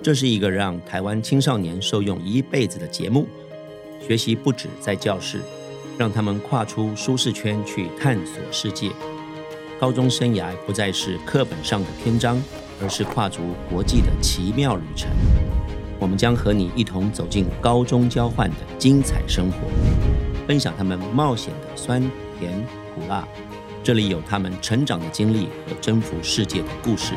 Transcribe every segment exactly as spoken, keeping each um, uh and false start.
这是一个让台湾青少年受用一辈子的节目，学习不止在教室，让他们跨出舒适圈去探索世界。高中生涯不再是课本上的篇章，而是跨足国际的奇妙旅程。我们将和你一同走进高中交换的精彩生活，分享他们冒险的酸甜苦辣。这里有他们成长的经历和征服世界的故事。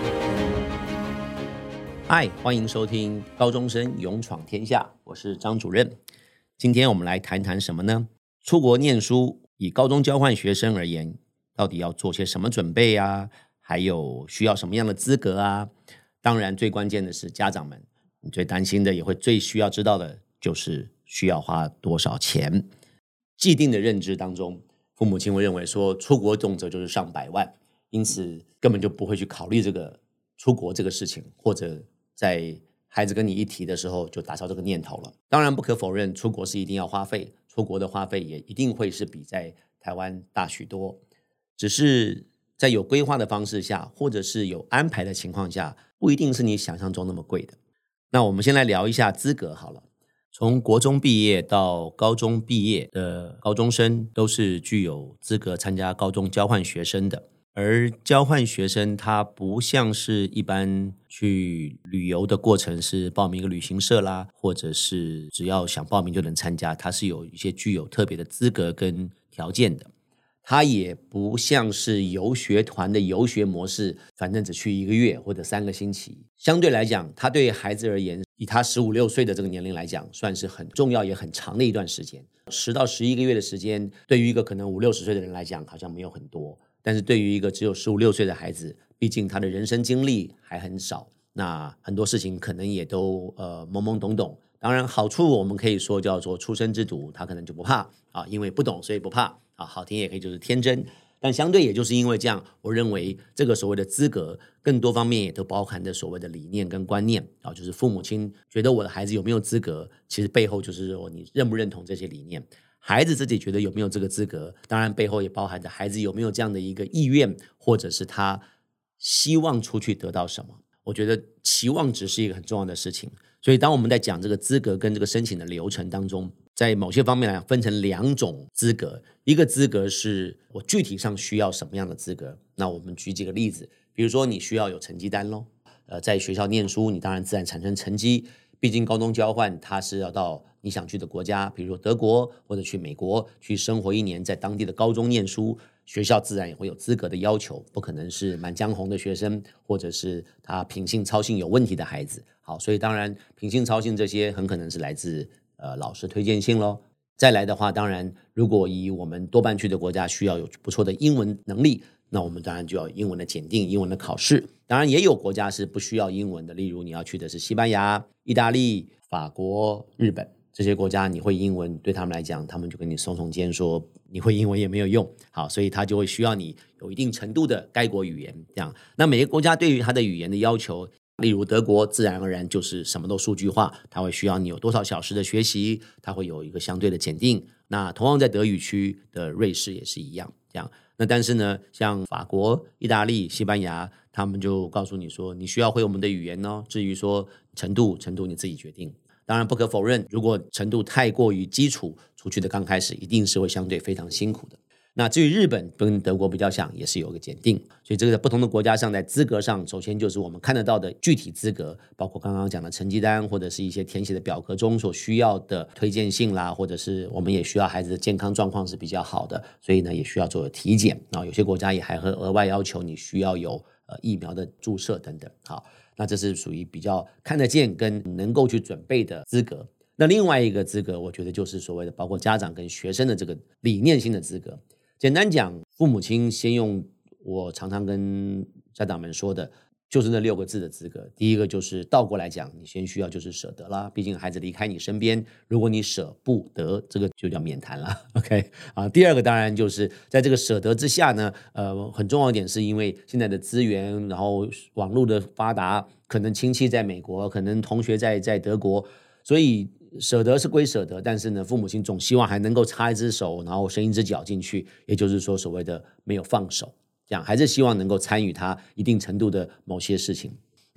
嗨，欢迎收听高中生勇闯天下，我是张主任。今天我们来谈谈什么呢？出国念书，以高中交换学生而言，到底要做些什么准备啊？还有需要什么样的资格啊？当然最关键的是家长们，你最担心的也会最需要知道的就是需要花多少钱。既定的认知当中，父母亲会认为说出国动辄就是上百万，因此根本就不会去考虑这个出国这个事情，或者在孩子跟你一提的时候就打消这个念头了。当然不可否认，出国是一定要花费，出国的花费也一定会是比在台湾大许多，只是在有规划的方式下，或者是有安排的情况下，不一定是你想象中那么贵的。那我们先来聊一下资格好了。从国中毕业到高中毕业的高中生都是具有资格参加高中交换学生的。而交换学生它不像是一般去旅游的过程是报名一个旅行社啦，或者是只要想报名就能参加，它是有一些具有特别的资格跟条件的。它也不像是游学团的游学模式，反正只去一个月或者三个星期。相对来讲，它对孩子而言，以他十五六岁的这个年龄来讲，算是很重要也很长的一段时间。十到十一个月的时间，对于一个可能五六十岁的人来讲，好像没有很多。但是对于一个只有十五六岁的孩子，毕竟他的人生经历还很少，那很多事情可能也都呃懵懵懂懂。当然好处我们可以说叫做初生之犊，他可能就不怕啊，因为不懂所以不怕啊，好听也可以就是天真。但相对也就是因为这样，我认为这个所谓的资格更多方面也都包含着所谓的理念跟观念啊，就是父母亲觉得我的孩子有没有资格，其实背后就是说你认不认同这些理念。孩子自己觉得有没有这个资格，当然背后也包含着孩子有没有这样的一个意愿，或者是他希望出去得到什么。我觉得期望值是一个很重要的事情，所以当我们在讲这个资格跟这个申请的流程当中，在某些方面来分成两种资格。一个资格是我具体上需要什么样的资格，那我们举几个例子，比如说你需要有成绩单咯，呃，在学校念书你当然自然产生成绩，毕竟高中交换它是要到你想去的国家，比如说德国或者去美国去生活一年，在当地的高中念书，学校自然也会有资格的要求，不可能是满江红的学生，或者是他品性操性有问题的孩子。好，所以当然品性操性这些很可能是来自呃老师推荐信咯。再来的话，当然如果以我们多半去的国家需要有不错的英文能力，那我们当然就要英文的检定，英文的考试。当然也有国家是不需要英文的，例如你要去的是西班牙、意大利、法国、日本，这些国家你会英文，对他们来讲他们就跟你耸耸肩说你会英文也没有用。好，所以他就会需要你有一定程度的该国语言这样。那每个国家对于他的语言的要求，例如德国自然而然就是什么都数据化，它会需要你有多少小时的学习，它会有一个相对的检定。那同样在德语区的瑞士也是一样这样。那但是呢，像法国、意大利、西班牙，他们就告诉你说你需要会我们的语言哦，至于说程度程度你自己决定。当然不可否认，如果程度太过于基础，出去的刚开始一定是会相对非常辛苦的。那至于日本跟德国比较像，也是有一个检定，所以这个在不同的国家上，在资格上首先就是我们看得到的具体资格，包括刚刚讲的成绩单或者是一些填写的表格中所需要的推荐信啦，或者是我们也需要孩子的健康状况是比较好的，所以呢也需要做体检，然后有些国家也还会额外要求你需要有呃疫苗的注射等等。好，那这是属于比较看得见跟能够去准备的资格。那另外一个资格我觉得就是所谓的包括家长跟学生的这个理念性的资格。简单讲，父母亲先用我常常跟家长们说的就是那六个字的资格。第一个就是倒过来讲，你先需要就是舍得啦，毕竟孩子离开你身边，如果你舍不得，这个就叫免谈了 OK 啊。第二个当然就是在这个舍得之下呢，呃，很重要一点是因为现在的资源，然后网络的发达，可能亲戚在美国，可能同学在在德国，所以舍得是归舍得，但是呢，父母亲总希望还能够插一只手，然后伸一只脚进去，也就是说所谓的没有放手，这样还是希望能够参与他一定程度的某些事情。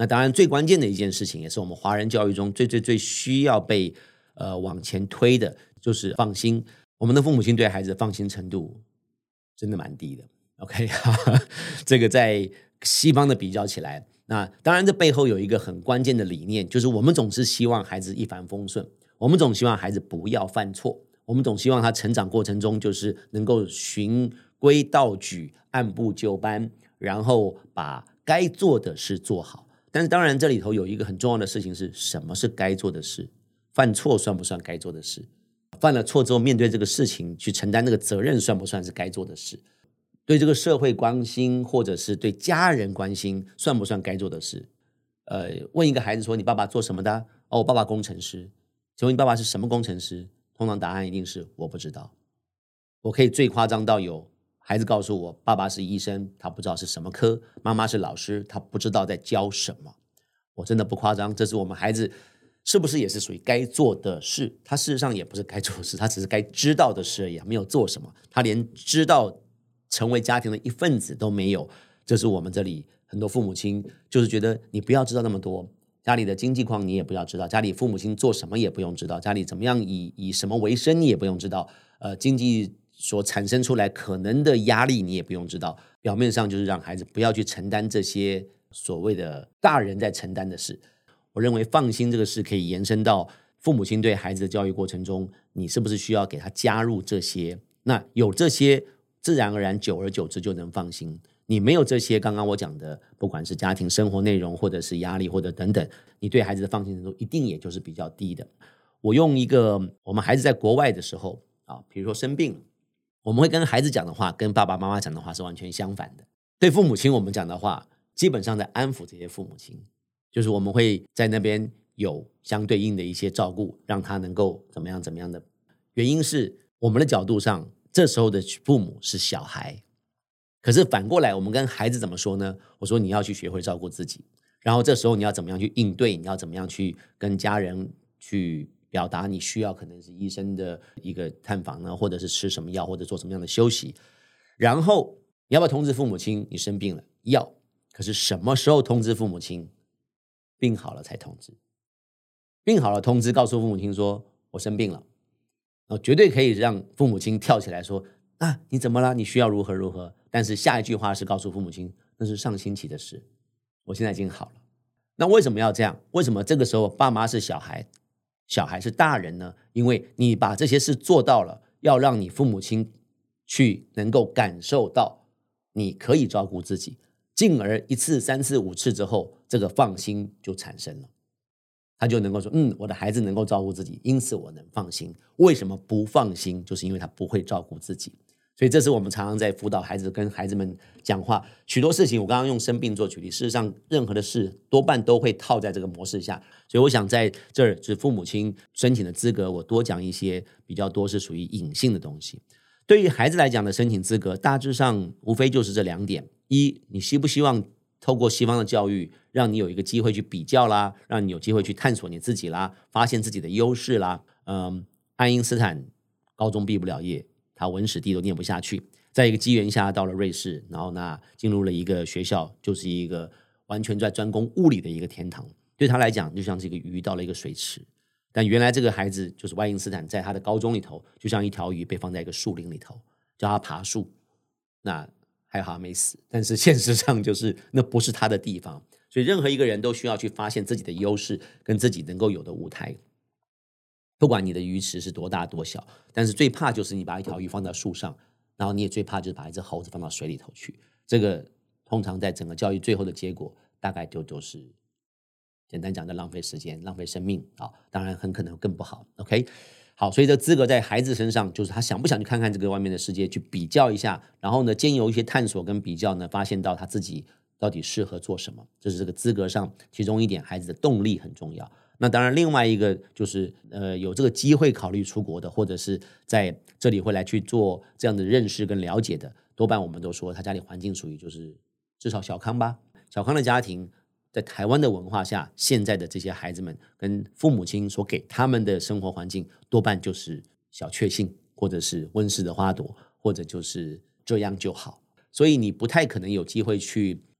那当然最关键的一件事情，也是我们华人教育中最最最需要被呃往前推的，就是放心。我们的父母亲对孩子的放心程度真的蛮低的 OK 这个在西方的比较起来，那当然这背后有一个很关键的理念，就是我们总是希望孩子一帆风顺，我们总希望孩子不要犯错，我们总希望他成长过程中就是能够循规蹈矩，按部就班，然后把该做的事做好。但是当然这里头有一个很重要的事情，是什么是该做的事？犯错算不算该做的事？犯了错之后面对这个事情去承担这个责任算不算是该做的事？对这个社会关心或者是对家人关心算不算该做的事？呃，问一个孩子说你爸爸做什么的？哦，我爸爸工程师。请问你爸爸是什么工程师？通常答案一定是我不知道。我可以最夸张到有孩子告诉我爸爸是医生，他不知道是什么科，妈妈是老师，他不知道在教什么。我真的不夸张，这是我们孩子是不是也是属于该做的事？他事实上也不是该做的事，他只是该知道的事而已，没有做什么，他连知道成为家庭的一份子都没有。这是我们这里很多父母亲就是觉得你不要知道那么多，家里的经济况你也不要知道，家里父母亲做什么也不用知道，家里怎么样以以什么为生你也不用知道，呃，经济所产生出来可能的压力你也不用知道。表面上就是让孩子不要去承担这些所谓的大人在承担的事。我认为放心这个事可以延伸到父母亲对孩子的教育过程中，你是不是需要给他加入这些？那有这些，自然而然久而久之就能放心。你没有这些刚刚我讲的，不管是家庭生活内容或者是压力或者等等，你对孩子的放心程度一定也就是比较低的。我用一个我们孩子在国外的时候啊，比如说生病了，我们会跟孩子讲的话跟爸爸妈妈讲的话是完全相反的。对父母亲我们讲的话基本上在安抚这些父母亲，就是我们会在那边有相对应的一些照顾，让他能够怎么样怎么样的。原因是我们的角度上这时候的父母是小孩，可是反过来我们跟孩子怎么说呢？我说你要去学会照顾自己，然后这时候你要怎么样去应对，你要怎么样去跟家人去表达你需要可能是医生的一个探访呢，或者是吃什么药，或者做什么样的休息。然后你要不要通知父母亲你生病了？要。可是什么时候通知父母亲？病好了才通知。病好了通知，告诉父母亲说我生病了，绝对可以让父母亲跳起来说啊，你怎么了？你需要如何如何？但是下一句话是告诉父母亲，那是上星期的事，我现在已经好了。那为什么要这样？为什么这个时候爸妈是小孩，小孩是大人呢？因为你把这些事做到了，要让你父母亲去能够感受到你可以照顾自己，进而一次三次五次之后，这个放心就产生了。他就能够说嗯，我的孩子能够照顾自己，因此我能放心。为什么不放心？就是因为他不会照顾自己。所以这是我们常常在辅导孩子跟孩子们讲话，许多事情我刚刚用生病做举例，事实上任何的事多半都会套在这个模式下。所以我想在这儿是父母亲申请的资格，我多讲一些比较多是属于隐性的东西。对于孩子来讲的申请资格大致上无非就是这两点：一，你希不希望透过西方的教育让你有一个机会去比较啦，让你有机会去探索你自己啦，发现自己的优势啦。嗯，爱因斯坦高中毕不了业，他文史地都念不下去，在一个机缘下到了瑞士，然后呢进入了一个学校，就是一个完全在专攻物理的一个天堂。对他来讲就像是一个鱼到了一个水池，但原来这个孩子就是爱因斯坦在他的高中里头就像一条鱼被放在一个树林里头，叫他爬树，那还好他没死，但是现实上就是那不是他的地方。所以任何一个人都需要去发现自己的优势跟自己能够有的舞台，不管你的鱼池是多大多小。但是最怕就是你把一条鱼放到树上，然后你也最怕就是把一只猴子放到水里头去。这个通常在整个教育最后的结果大概就都是简单讲的浪费时间浪费生命啊，当然很可能更不好。 OK， 好，所以这资格在孩子身上就是他想不想去看看这个外面的世界，去比较一下，然后呢经由一些探索跟比较呢，发现到他自己到底适合做什么，这是这个资格上其中一点。孩子的动力很重要。那当然另外一个就是呃有这个机会考虑出国的，或者是在这里会来去做这样的认识跟了解的，多半我们都说他家里环境属于就是至少小康吧。小康的家庭在台湾的文化下，现在的这些孩子们跟父母亲所给他们的生活环境多半就是小确幸，或者是温室的花朵，或者就是这样就好。所以你不太可能有机会去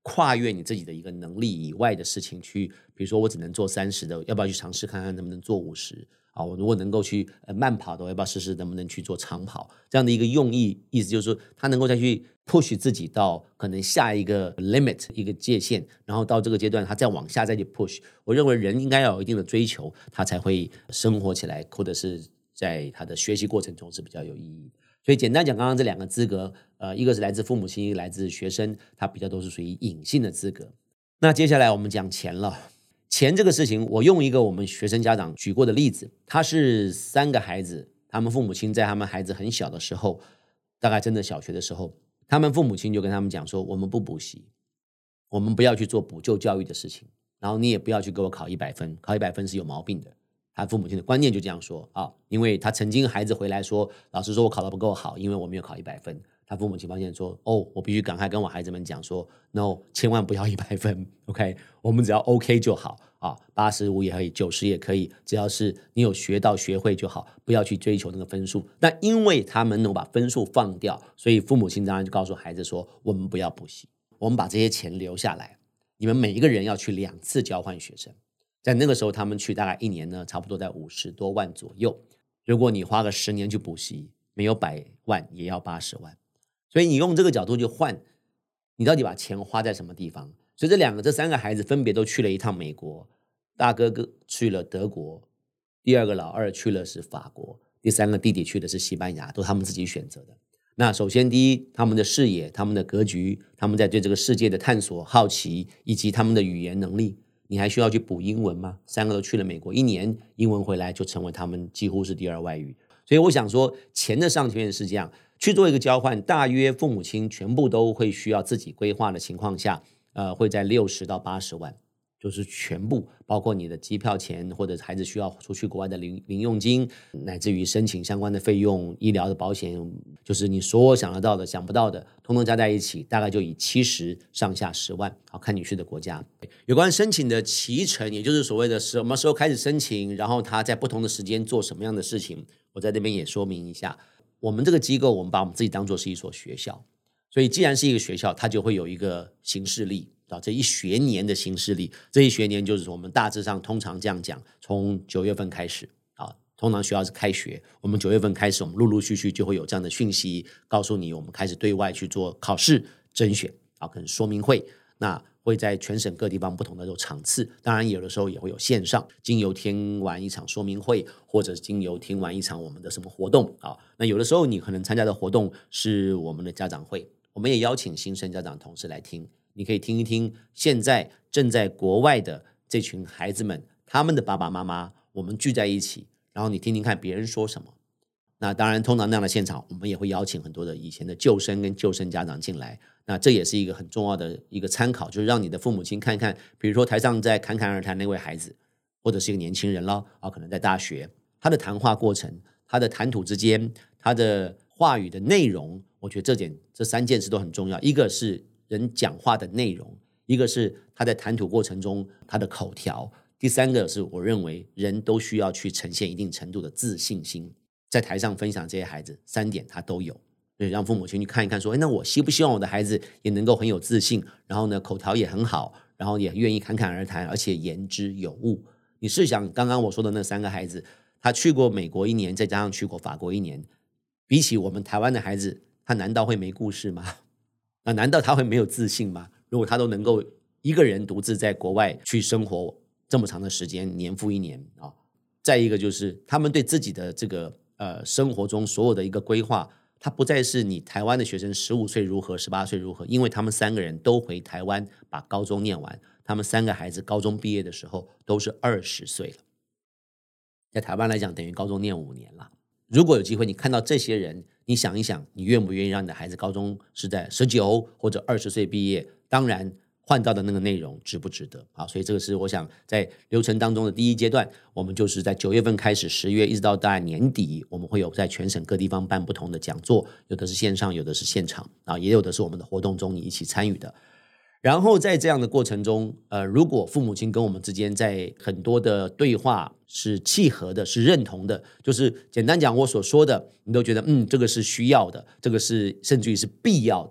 跨越你自己的一个能力以外的事情去，比如说我只能做三十的，要不要去尝试看看能不能做五十啊？我如果能够去呃慢跑的，要不要试试能不能去做长跑？这样的一个用意，意思就是说，他能够再去 push 自己到可能下一个 limit 一个界限，然后到这个阶段，他再往下再去 push。我认为人应该要有一定的追求，他才会生活起来，或者是在他的学习过程中是比较有意义的。所以简单讲，刚刚这两个资格，呃，一个是来自父母亲，一个来自学生，它比较都是属于隐性的资格。那接下来我们讲钱了。钱这个事情，我用一个我们学生家长举过的例子，他是三个孩子，他们父母亲在他们孩子很小的时候，大概真的小学的时候，他们父母亲就跟他们讲说，我们不补习，我们不要去做补救教育的事情，然后你也不要去给我考一百分，考一百分是有毛病的。他父母亲的观念就这样说啊，因为他曾经孩子回来说，老师说我考得不够好，因为我没有考一百分。他父母亲发现说，哦，我必须赶快跟我孩子们讲说 ，no， 千万不要一百分 ，OK， 我们只要 OK 就好啊，八十五也可以，九十也可以，只要是你有学到学会就好，不要去追求那个分数。但因为他们能把分数放掉，所以父母亲当然就告诉孩子说，我们不要补习，我们把这些钱留下来，你们每一个人要去两次交换学生。在那个时候，他们去大概一年呢，差不多在五十多万左右。如果你花个十年去补习，没有百万也要八十万。所以你用这个角度去换，你到底把钱花在什么地方？所以这两个、这三个孩子分别都去了一趟美国，大哥哥去了德国，第二个老二去了是法国，第三个弟弟去的是西班牙，都是他们自己选择的。那首先第一，他们的视野、他们的格局，他们在对这个世界的探索、好奇，以及他们的语言能力。你还需要去补英文吗？三个都去了美国一年，英文回来就成为他们几乎是第二外语。所以我想说，钱的上限是这样，去做一个交换，大约父母亲全部都会需要自己规划的情况下，呃，会在六十到八十万，就是全部包括你的机票钱，或者孩子需要出去国外的零零用金，乃至于申请相关的费用、医疗的保险，就是你所有想得到的、想不到的，通通加在一起，大概就以七十上下十万，好看你去的国家。有关申请的期程，也就是所谓的什么时候开始申请，然后他在不同的时间做什么样的事情，我在这边也说明一下。我们这个机构，我们把我们自己当作是一所学校，所以既然是一个学校，它就会有一个行事历。这一学年的行事历，这一学年就是我们大致上通常这样讲，从九月份开始啊，通常学校是开学，我们九月份开始，我们陆陆续续就会有这样的讯息告诉你，我们开始对外去做考试甄选啊，可能说明会，那会在全省各地方不同的场次，当然有的时候也会有线上，经由听完一场说明会，或者经由听完一场我们的什么活动啊，那有的时候你可能参加的活动是我们的家长会，我们也邀请新生家长同事来听。你可以听一听现在正在国外的这群孩子们，他们的爸爸妈妈，我们聚在一起，然后你听听看别人说什么。那当然通常那样的现场，我们也会邀请很多的以前的旧生跟旧生家长进来，那这也是一个很重要的一个参考，就是让你的父母亲看看，比如说台上在侃侃而谈那位孩子，或者是一个年轻人了啊，可能在大学，他的谈话过程，他的谈吐之间，他的话语的内容，我觉得这点这三件事都很重要。一个是人讲话的内容，一个是他在谈吐过程中他的口条，第三个是我认为人都需要去呈现一定程度的自信心，在台上分享这些孩子三点他都有，所以让父母亲去看一看说，那我希不希望我的孩子也能够很有自信，然后呢口条也很好，然后也愿意侃侃而谈，而且言之有物。你试想刚刚我说的那三个孩子，他去过美国一年，再加上去过法国一年，比起我们台湾的孩子，他难道会没故事吗？那难道他会没有自信吗？如果他都能够一个人独自在国外去生活这么长的时间，年复一年啊。再一个就是他们对自己的这个呃生活中所有的一个规划，他不再是你台湾的学生十五岁如何十八岁如何，因为他们三个人都回台湾把高中念完，他们三个孩子高中毕业的时候都是二十岁了，在台湾来讲等于高中念五年了。如果有机会你看到这些人，你想一想，你愿不愿意让你的孩子高中是在十九或者二十岁毕业？当然换到的那个内容值不值得啊？所以这个是我想在流程当中的第一阶段，我们就是在九月份开始，十月一直到大概年底，我们会有在全省各地方办不同的讲座，有的是线上，有的是现场啊，也有的是我们的活动中你一起参与的。然后在这样的过程中，呃，如果父母亲跟我们之间在很多的对话是契合的，是认同的，就是简单讲我所说的，你都觉得嗯，这个是需要的，这个是甚至于是必要的，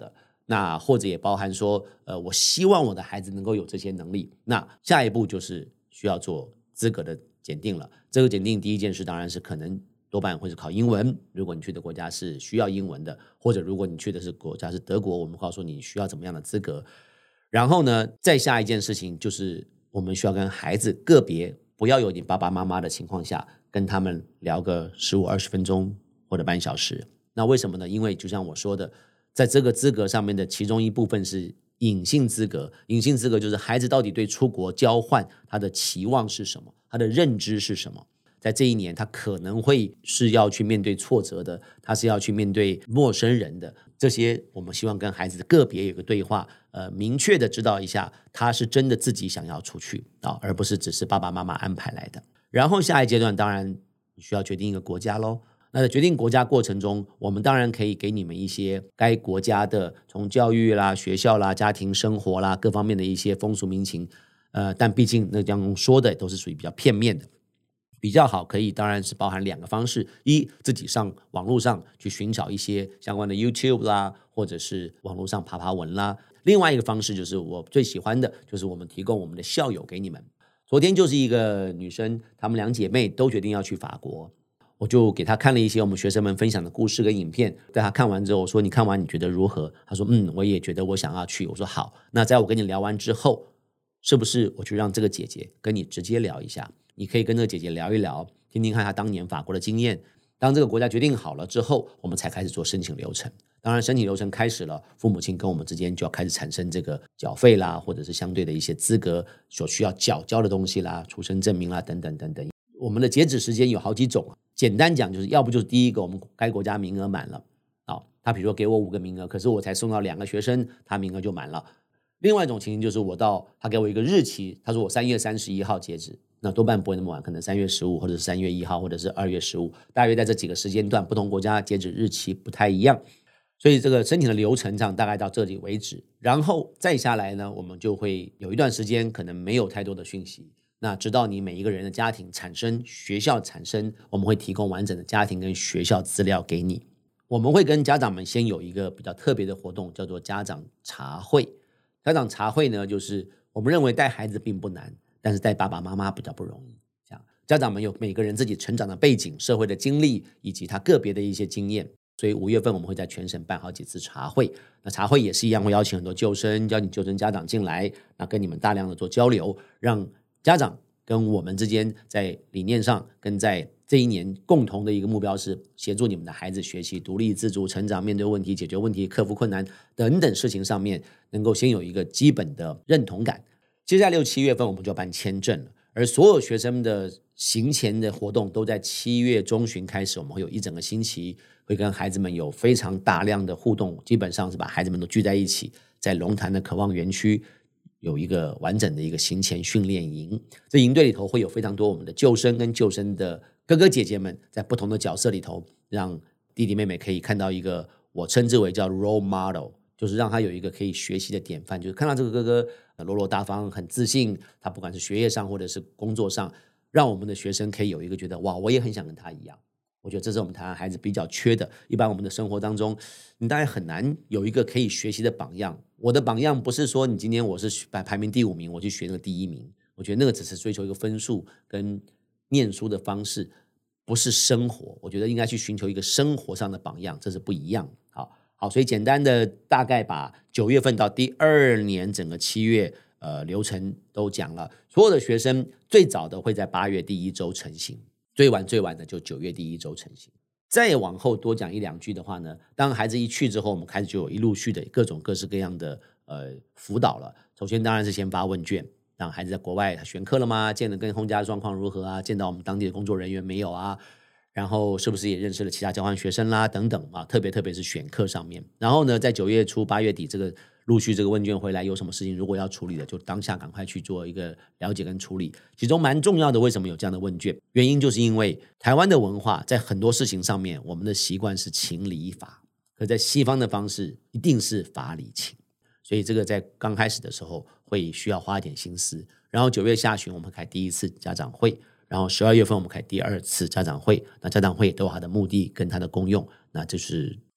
那或者也包含说，呃，我希望我的孩子能够有这些能力。那下一步就是需要做资格的检定了。这个检定第一件事当然是可能多半会是考英文，如果你去的国家是需要英文的，或者如果你去的是国家是德国，我们告诉你需要怎么样的资格。然后呢，再下一件事情就是我们需要跟孩子个别，不要有你爸爸妈妈的情况下，跟他们聊个十五二十分钟或者半小时。那为什么呢？因为就像我说的，在这个资格上面的其中一部分是隐性资格。隐性资格就是孩子到底对出国交换他的期望是什么，他的认知是什么。在这一年他可能会是要去面对挫折的，他是要去面对陌生人的，这些我们希望跟孩子个别有个对话，呃，明确的知道一下他是真的自己想要出去啊，而不是只是爸爸妈妈安排来的。然后下一阶段当然你需要决定一个国家咯。那在决定国家过程中，我们当然可以给你们一些该国家的从教育啦、学校啦、家庭生活啦各方面的一些风俗民情，呃，但毕竟那样说的都是属于比较片面的。比较好可以当然是包含两个方式，一自己上网络上去寻找一些相关的 YouTube 啦，或者是网络上爬爬文啦。另外一个方式就是我最喜欢的，就是我们提供我们的校友给你们。昨天就是一个女生，她们两姐妹都决定要去法国，我就给她看了一些我们学生们分享的故事跟影片。在她看完之后，我说你看完你觉得如何？她说嗯，我也觉得我想要去。我说好，那在我跟你聊完之后，是不是我去让这个姐姐跟你直接聊一下？你可以跟这个姐姐聊一聊，听听看她当年法国的经验。当这个国家决定好了之后，我们才开始做申请流程。当然申请流程开始了，父母亲跟我们之间就要开始产生这个缴费啦，或者是相对的一些资格所需要缴交的东西啦，出生证明啦等等等等。我们的截止时间有好几种，简单讲就是要不就是第一个我们该国家名额满了，好，他比如说给我五个名额，可是我才送到两个学生，他名额就满了。另外一种情形就是我到他给我一个日期，他说我三月三十一号截止，那多半不会那么晚，可能三月十五或者是三月一号或者是二月十五，大约在这几个时间段，不同国家截止日期不太一样，所以这个申请的流程上大概到这里为止。然后再下来呢，我们就会有一段时间可能没有太多的讯息，那直到你每一个人的家庭产生，学校产生，我们会提供完整的家庭跟学校资料给你。我们会跟家长们先有一个比较特别的活动，叫做家长茶会。家长茶会呢，就是我们认为带孩子并不难，但是带爸爸妈妈比较不容易。这样家长们有每个人自己成长的背景、社会的经历以及他个别的一些经验，所以五月份我们会在全省办好几次茶会。那茶会也是一样，会邀请很多旧生，邀请旧生家长进来，那跟你们大量的做交流，让家长跟我们之间在理念上跟在这一年共同的一个目标是协助你们的孩子学习独立自主成长，面对问题、解决问题、克服困难等等事情上面能够先有一个基本的认同感。接下来六七月份我们就要办签证了，而所有学生的行前的活动都在七月中旬开始，我们会有一整个星期会跟孩子们有非常大量的互动，基本上是把孩子们都聚在一起，在龙潭的渴望园区有一个完整的一个行前训练营。这营队里头会有非常多我们的旧生跟旧生的哥哥姐姐们在不同的角色里头，让弟弟妹妹可以看到一个我称之为叫 role model， 就是让他有一个可以学习的典范，就是看到这个哥哥落落大方很自信，他不管是学业上或者是工作上，让我们的学生可以有一个觉得哇，我也很想跟他一样。我觉得这是我们台湾孩子比较缺的。一般我们的生活当中你大概很难有一个可以学习的榜样。我的榜样不是说你今天我是排名第五名我去学那个第一名，我觉得那个只是追求一个分数跟念书的方式，不是生活。我觉得应该去寻求一个生活上的榜样，这是不一样。好好，所以简单的大概把九月份到第二年整个七月呃流程都讲了。所有的学生最早的会在八月第一周成型，最晚最晚的就九月第一周成型。再往后多讲一两句的话呢，当孩子一去之后，我们开始就有一陆续的各种各式各样的呃辅导了。首先当然是先发问卷，让孩子在国外他选课了吗？见了跟轰家状况如何啊？见到我们当地的工作人员没有啊？然后是不是也认识了其他交换学生啦等等啊？特别特别是选课上面。然后呢，在九月初八月底这个陆续这个问卷回来，有什么事情如果要处理的，就当下赶快去做一个了解跟处理。其中蛮重要的，为什么有这样的问卷？原因就是因为台湾的文化在很多事情上面，我们的习惯是情理法，可在西方的方式一定是法理情，所以这个在刚开始的时候会需要花一点心思。然后九月下旬我们开第一次家长会，然后十二月份我们开第二次家长会，那家长会都有它的目的跟它的功用，那就是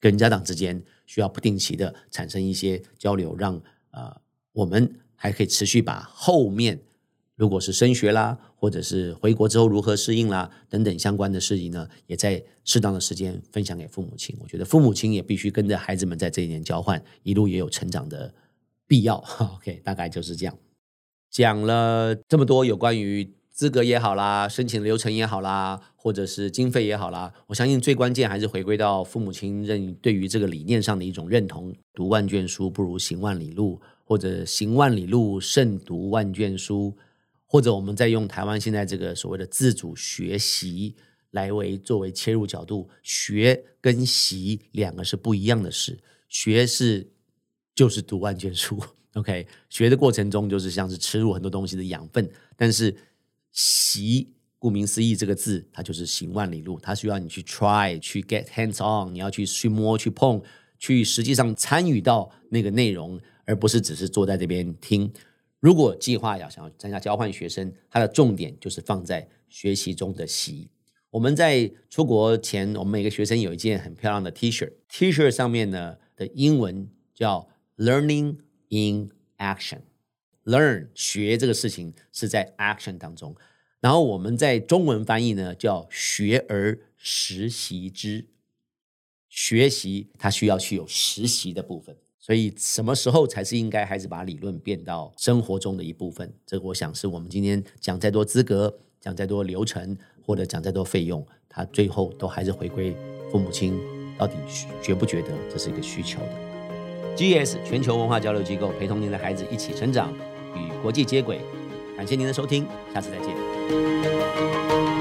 跟家长之间需要不定期的产生一些交流，让呃我们还可以持续把后面如果是升学啦，或者是回国之后如何适应啦等等相关的事情呢，也在适当的时间分享给父母亲。我觉得父母亲也必须跟着孩子们在这一年交换，一路也有成长的必要。OK， 大概就是这样。讲了这么多有关于资格也好啦，申请流程也好啦，或者是经费也好啦，我相信最关键还是回归到父母亲认对于这个理念上的一种认同。读万卷书不如行万里路，或者行万里路胜读万卷书，或者我们再用台湾现在这个所谓的自主学习来为作为切入角度，学跟习两个是不一样的事。学是就是读万卷书OK， 学的过程中就是像是吃入很多东西的养分，但是习顾名思义这个字它就是行万里路，它需要你去 try 去 get hands on， 你要去去摸去碰，去实际上参与到那个内容，而不是只是坐在这边听。如果计划要想要参加交换学生，它的重点就是放在学习中的习。我们在出国前，我们每个学生有一件很漂亮的 T 恤 T 恤上面呢的英文叫 Learning in Action， Learn 学这个事情是在 action 当中，然后我们在中文翻译呢叫学而时习之。学习它需要去有实习的部分，所以什么时候才是应该孩子把理论变到生活中的一部分，这个我想是我们今天讲再多资格，讲再多流程，或者讲再多费用，它最后都还是回归父母亲到底觉不觉得这是一个需求的。G E S 全球文化交流机构，陪同您的孩子一起成长，与国际接轨。感谢您的收听，下次再见。